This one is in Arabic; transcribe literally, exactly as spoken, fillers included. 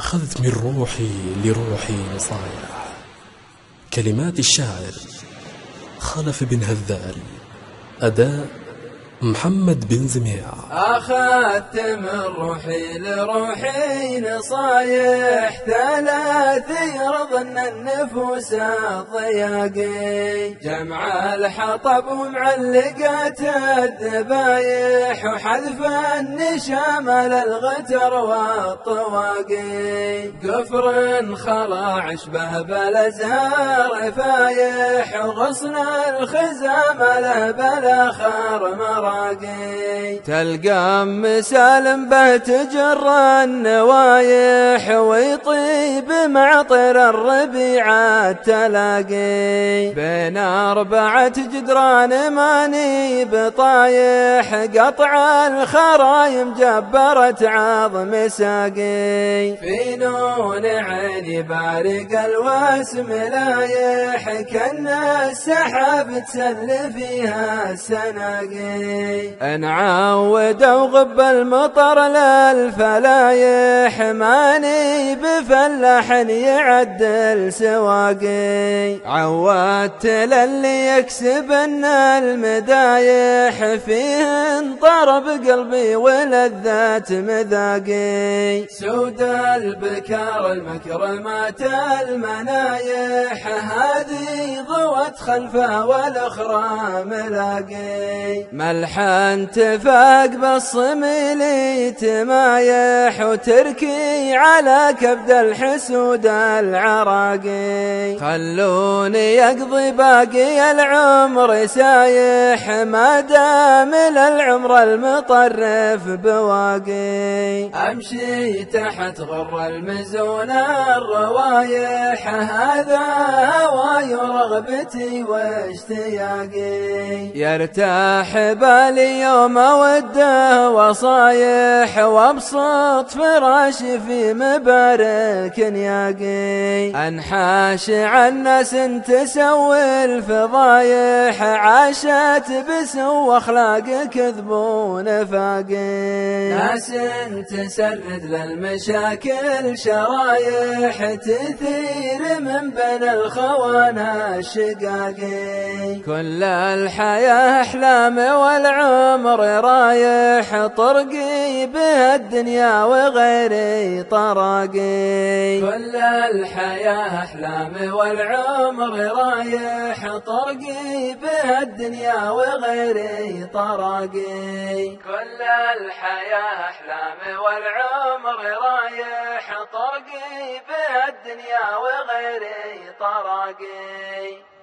أخذت من روحي لروحي نصايح. كلمات الشاعر خلف بن هذال، أداء محمد بن زميع. أخذت من روحي لروحي نصايح، ثلاث يرضن النفوس الضياقي، جمع الحطب ومعلقات الذبايح، وحذف النشام للغتر والطواقي، قفر خلا عشبه بالازهار فايح، وغصن الخزام له بالاخر مراقي، تلقى مسالم به تجر النوايح، ويطيب معطر الربيع التلاقي، بين أربعة جدران ماني بطايح، قطع الخرايم جبرت عظم ساقي، في نون عيني بارق الواسم لايح، كأن السحاب تسل فيها السناقي، ان عود وغب المطر للفلايح، ماني بفلاح يعدل سواقي، عودت للي يكسبن المدايح، فيهن ضرب قلبي ولذات مذاقي، سود البكار المكرمات المنايح، هذه ضوت خلفه والاخرى ملاقي، ملحن تفاق بالصميلي تمايح، وتركي على كبد الحسود العراقي، خلوني يقضي باقي العمر سايح، ما دام للعمر المطرف بواقي، امشي تحت غر المزون الروايح، هذا هواي ورغبتي واشتياقي، يرتاح بالي يوم وده وصايح، وابسط فراشي في مبارك ياقي، انحاش عن ناس تسوي الفضايح، عاشت بسو اخلاق كذب ونفاقي، ناس تسرد للمشاكل شرايح، تثير من بين الخوانا الشقاقي، كل الحياة أحلام والعمر رايح، طرقي به الدنيا وغيري طراقي، كل الحياة أحلام والعمر رايح، طرقي به الدنيا وغيري طراقي، كل الحياة أحلام والعمر رايح، طرقي به الدنيا وغيري طراقي.